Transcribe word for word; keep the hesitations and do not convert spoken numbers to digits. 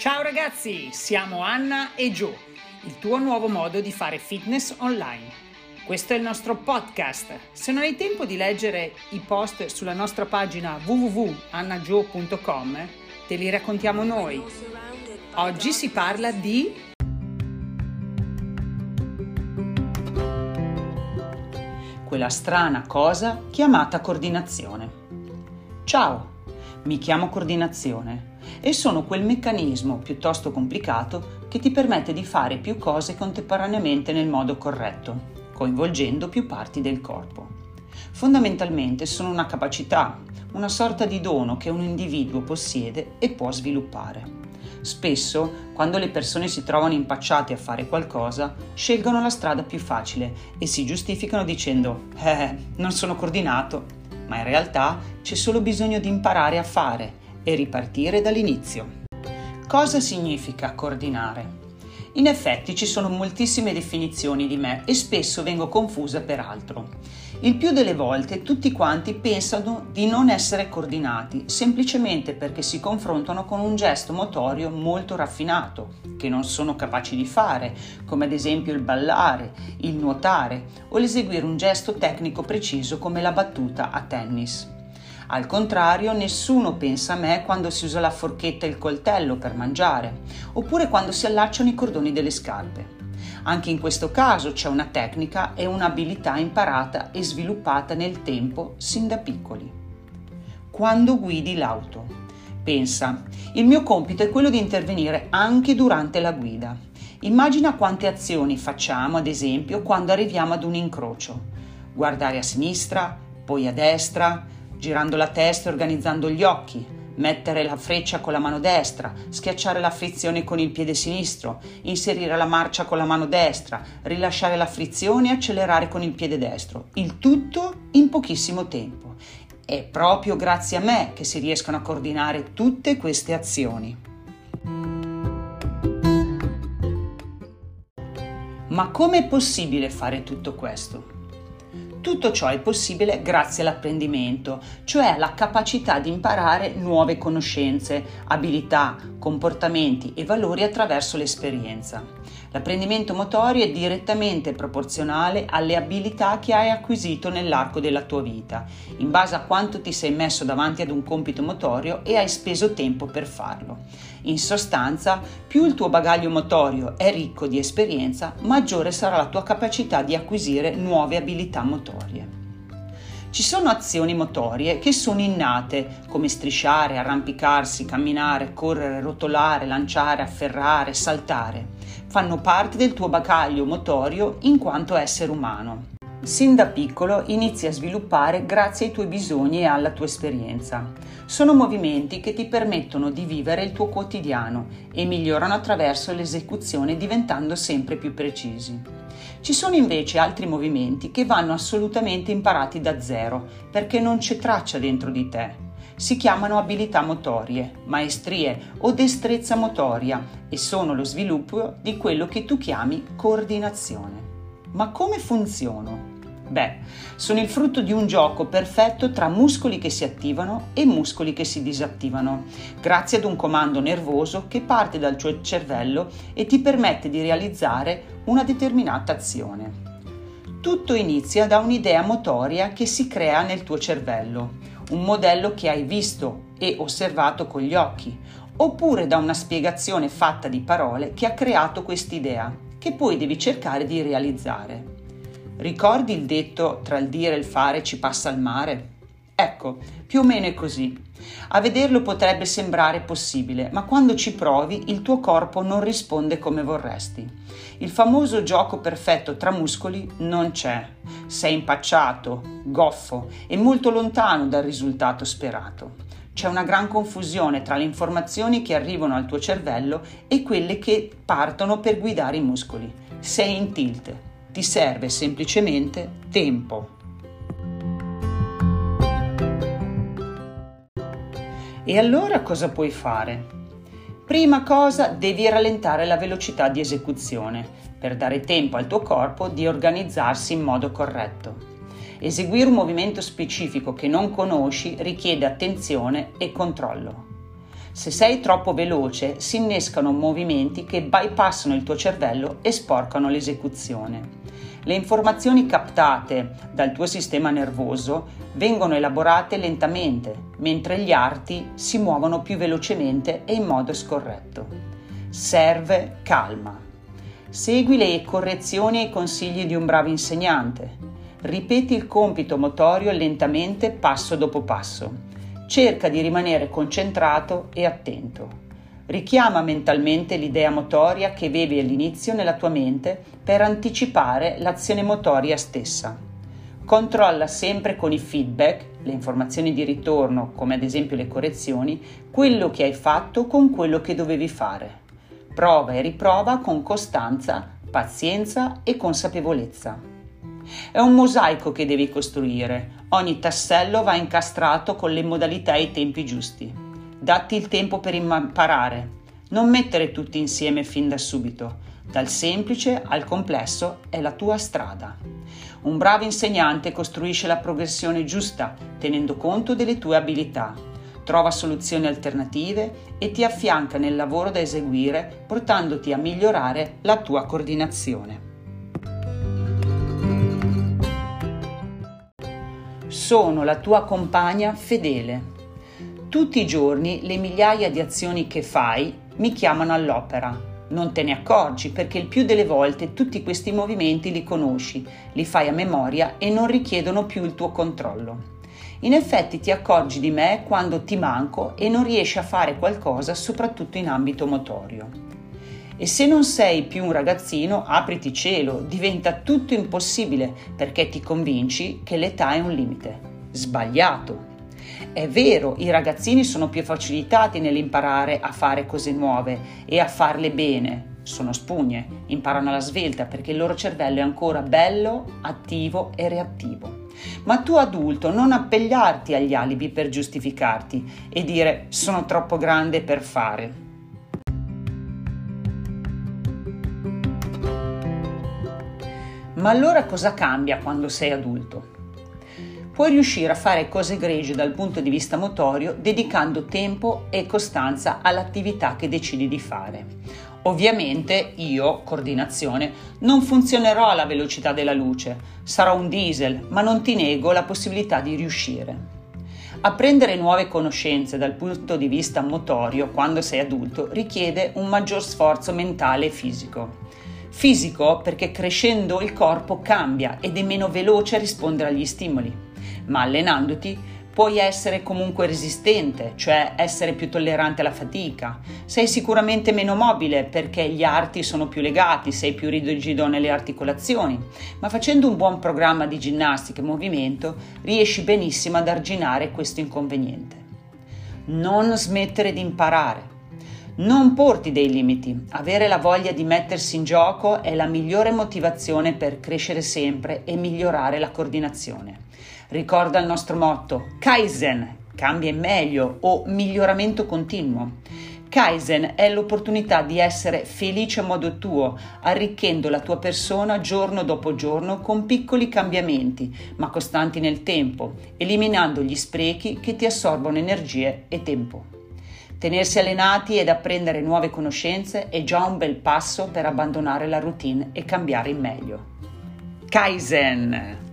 Ciao ragazzi, siamo Anna e Gio, il tuo nuovo modo di fare fitness online. Questo è il nostro podcast. Se non hai tempo di leggere i post sulla nostra pagina w w w punto anna gio punto com, te li raccontiamo noi. Oggi si parla di quella strana cosa chiamata coordinazione. Ciao, mi chiamo coordinazione e sono quel meccanismo piuttosto complicato che ti permette di fare più cose contemporaneamente nel modo corretto, coinvolgendo più parti del corpo. Fondamentalmente sono una capacità, una sorta di dono che un individuo possiede e può sviluppare. Spesso, quando le persone si trovano impacciate a fare qualcosa, scelgono la strada più facile e si giustificano dicendo «Eh, non sono coordinato», ma in realtà c'è solo bisogno di imparare a fare e ripartire dall'inizio. Cosa significa coordinare? In effetti ci sono moltissime definizioni di me e spesso vengo confusa per altro. Il più delle volte tutti quanti pensano di non essere coordinati semplicemente perché si confrontano con un gesto motorio molto raffinato che non sono capaci di fare, come ad esempio il ballare, il nuotare o l'eseguire un gesto tecnico preciso come la battuta a tennis. Al contrario, nessuno pensa a me quando si usa la forchetta e il coltello per mangiare, oppure quando si allacciano i cordoni delle scarpe. Anche in questo caso c'è una tecnica e un'abilità imparata e sviluppata nel tempo sin da piccoli. Quando guidi l'auto. Pensa, il mio compito è quello di intervenire anche durante la guida. Immagina quante azioni facciamo, ad esempio, quando arriviamo ad un incrocio. Guardare a sinistra, poi a destra, girando la testa e organizzando gli occhi, mettere la freccia con la mano destra, schiacciare la frizione con il piede sinistro, inserire la marcia con la mano destra, rilasciare la frizione e accelerare con il piede destro. Il tutto in pochissimo tempo. È proprio grazie a me che si riescono a coordinare tutte queste azioni. Ma com'è possibile fare tutto questo? Tutto ciò è possibile grazie all'apprendimento, cioè alla capacità di imparare nuove conoscenze, abilità, comportamenti e valori attraverso l'esperienza. L'apprendimento motorio è direttamente proporzionale alle abilità che hai acquisito nell'arco della tua vita, in base a quanto ti sei messo davanti ad un compito motorio e hai speso tempo per farlo. In sostanza, più il tuo bagaglio motorio è ricco di esperienza, maggiore sarà la tua capacità di acquisire nuove abilità motorie. Ci sono azioni motorie che sono innate, come strisciare, arrampicarsi, camminare, correre, rotolare, lanciare, afferrare, saltare. Fanno parte del tuo bagaglio motorio in quanto essere umano. Sin da piccolo inizi a sviluppare grazie ai tuoi bisogni e alla tua esperienza. Sono movimenti che ti permettono di vivere il tuo quotidiano e migliorano attraverso l'esecuzione diventando sempre più precisi. Ci sono invece altri movimenti che vanno assolutamente imparati da zero perché non c'è traccia dentro di te. Si chiamano abilità motorie, maestrie o destrezza motoria e sono lo sviluppo di quello che tu chiami coordinazione. Ma come funzionano? Beh, sono il frutto di un gioco perfetto tra muscoli che si attivano e muscoli che si disattivano, grazie ad un comando nervoso che parte dal tuo cervello e ti permette di realizzare una determinata azione. Tutto inizia da un'idea motoria che si crea nel tuo cervello, un modello che hai visto e osservato con gli occhi, oppure da una spiegazione fatta di parole che ha creato quest'idea, che poi devi cercare di realizzare. Ricordi il detto tra il dire e il fare ci passa il mare? Ecco, più o meno è così. A vederlo potrebbe sembrare possibile, ma quando ci provi il tuo corpo non risponde come vorresti. Il famoso gioco perfetto tra muscoli non c'è. Sei impacciato, goffo e molto lontano dal risultato sperato. C'è una gran confusione tra le informazioni che arrivano al tuo cervello e quelle che partono per guidare i muscoli. Sei in tilt. Ti serve semplicemente tempo. E allora cosa puoi fare? Prima cosa, devi rallentare la velocità di esecuzione per dare tempo al tuo corpo di organizzarsi in modo corretto. Eseguire un movimento specifico che non conosci richiede attenzione e controllo. Se sei troppo veloce, si innescano movimenti che bypassano il tuo cervello e sporcano l'esecuzione. Le informazioni captate dal tuo sistema nervoso vengono elaborate lentamente, mentre gli arti si muovono più velocemente e in modo scorretto. Serve calma. Segui le correzioni e i consigli di un bravo insegnante. Ripeti il compito motorio lentamente, passo dopo passo. Cerca di rimanere concentrato e attento. Richiama mentalmente l'idea motoria che avevi all'inizio nella tua mente per anticipare l'azione motoria stessa. Controlla sempre con i feedback, le informazioni di ritorno, come ad esempio le correzioni, quello che hai fatto con quello che dovevi fare. Prova e riprova con costanza, pazienza e consapevolezza. È un mosaico che devi costruire. Ogni tassello va incastrato con le modalità e i tempi giusti. Datti il tempo per imparare. Non mettere tutti insieme fin da subito. Dal semplice al complesso è la tua strada. Un bravo insegnante costruisce la progressione giusta, tenendo conto delle tue abilità. Trova soluzioni alternative e ti affianca nel lavoro da eseguire, portandoti a migliorare la tua coordinazione. Sono la tua compagna fedele. Tutti i giorni le migliaia di azioni che fai mi chiamano all'opera. Non te ne accorgi perché il più delle volte tutti questi movimenti li conosci, li fai a memoria e non richiedono più il tuo controllo. In effetti ti accorgi di me quando ti manco e non riesci a fare qualcosa, soprattutto in ambito motorio. E se non sei più un ragazzino, apriti cielo, diventa tutto impossibile perché ti convinci che l'età è un limite. Sbagliato. È vero, i ragazzini sono più facilitati nell'imparare a fare cose nuove e a farle bene. Sono spugne, imparano alla svelta perché il loro cervello è ancora bello, attivo e reattivo. Ma tu adulto non appellarti agli alibi per giustificarti e dire sono troppo grande per fare. Ma allora cosa cambia quando sei adulto? Puoi riuscire a fare cose egregie dal punto di vista motorio dedicando tempo e costanza all'attività che decidi di fare. Ovviamente io, coordinazione, non funzionerò alla velocità della luce, sarò un diesel, ma non ti nego la possibilità di riuscire. Apprendere nuove conoscenze dal punto di vista motorio quando sei adulto richiede un maggior sforzo mentale e fisico. Fisico perché crescendo il corpo cambia ed è meno veloce a rispondere agli stimoli, ma allenandoti puoi essere comunque resistente, cioè essere più tollerante alla fatica. Sei sicuramente meno mobile perché gli arti sono più legati, sei più rigido nelle articolazioni, ma facendo un buon programma di ginnastica e movimento riesci benissimo ad arginare questo inconveniente. Non smettere di imparare. Non porti dei limiti. Avere la voglia di mettersi in gioco è la migliore motivazione per crescere sempre e migliorare la coordinazione. Ricorda il nostro motto, Kaizen, cambia in meglio o miglioramento continuo. Kaizen è l'opportunità di essere felice a modo tuo, arricchendo la tua persona giorno dopo giorno con piccoli cambiamenti, ma costanti nel tempo, eliminando gli sprechi che ti assorbono energie e tempo. Tenersi allenati ed apprendere nuove conoscenze è già un bel passo per abbandonare la routine e cambiare in meglio. Kaizen!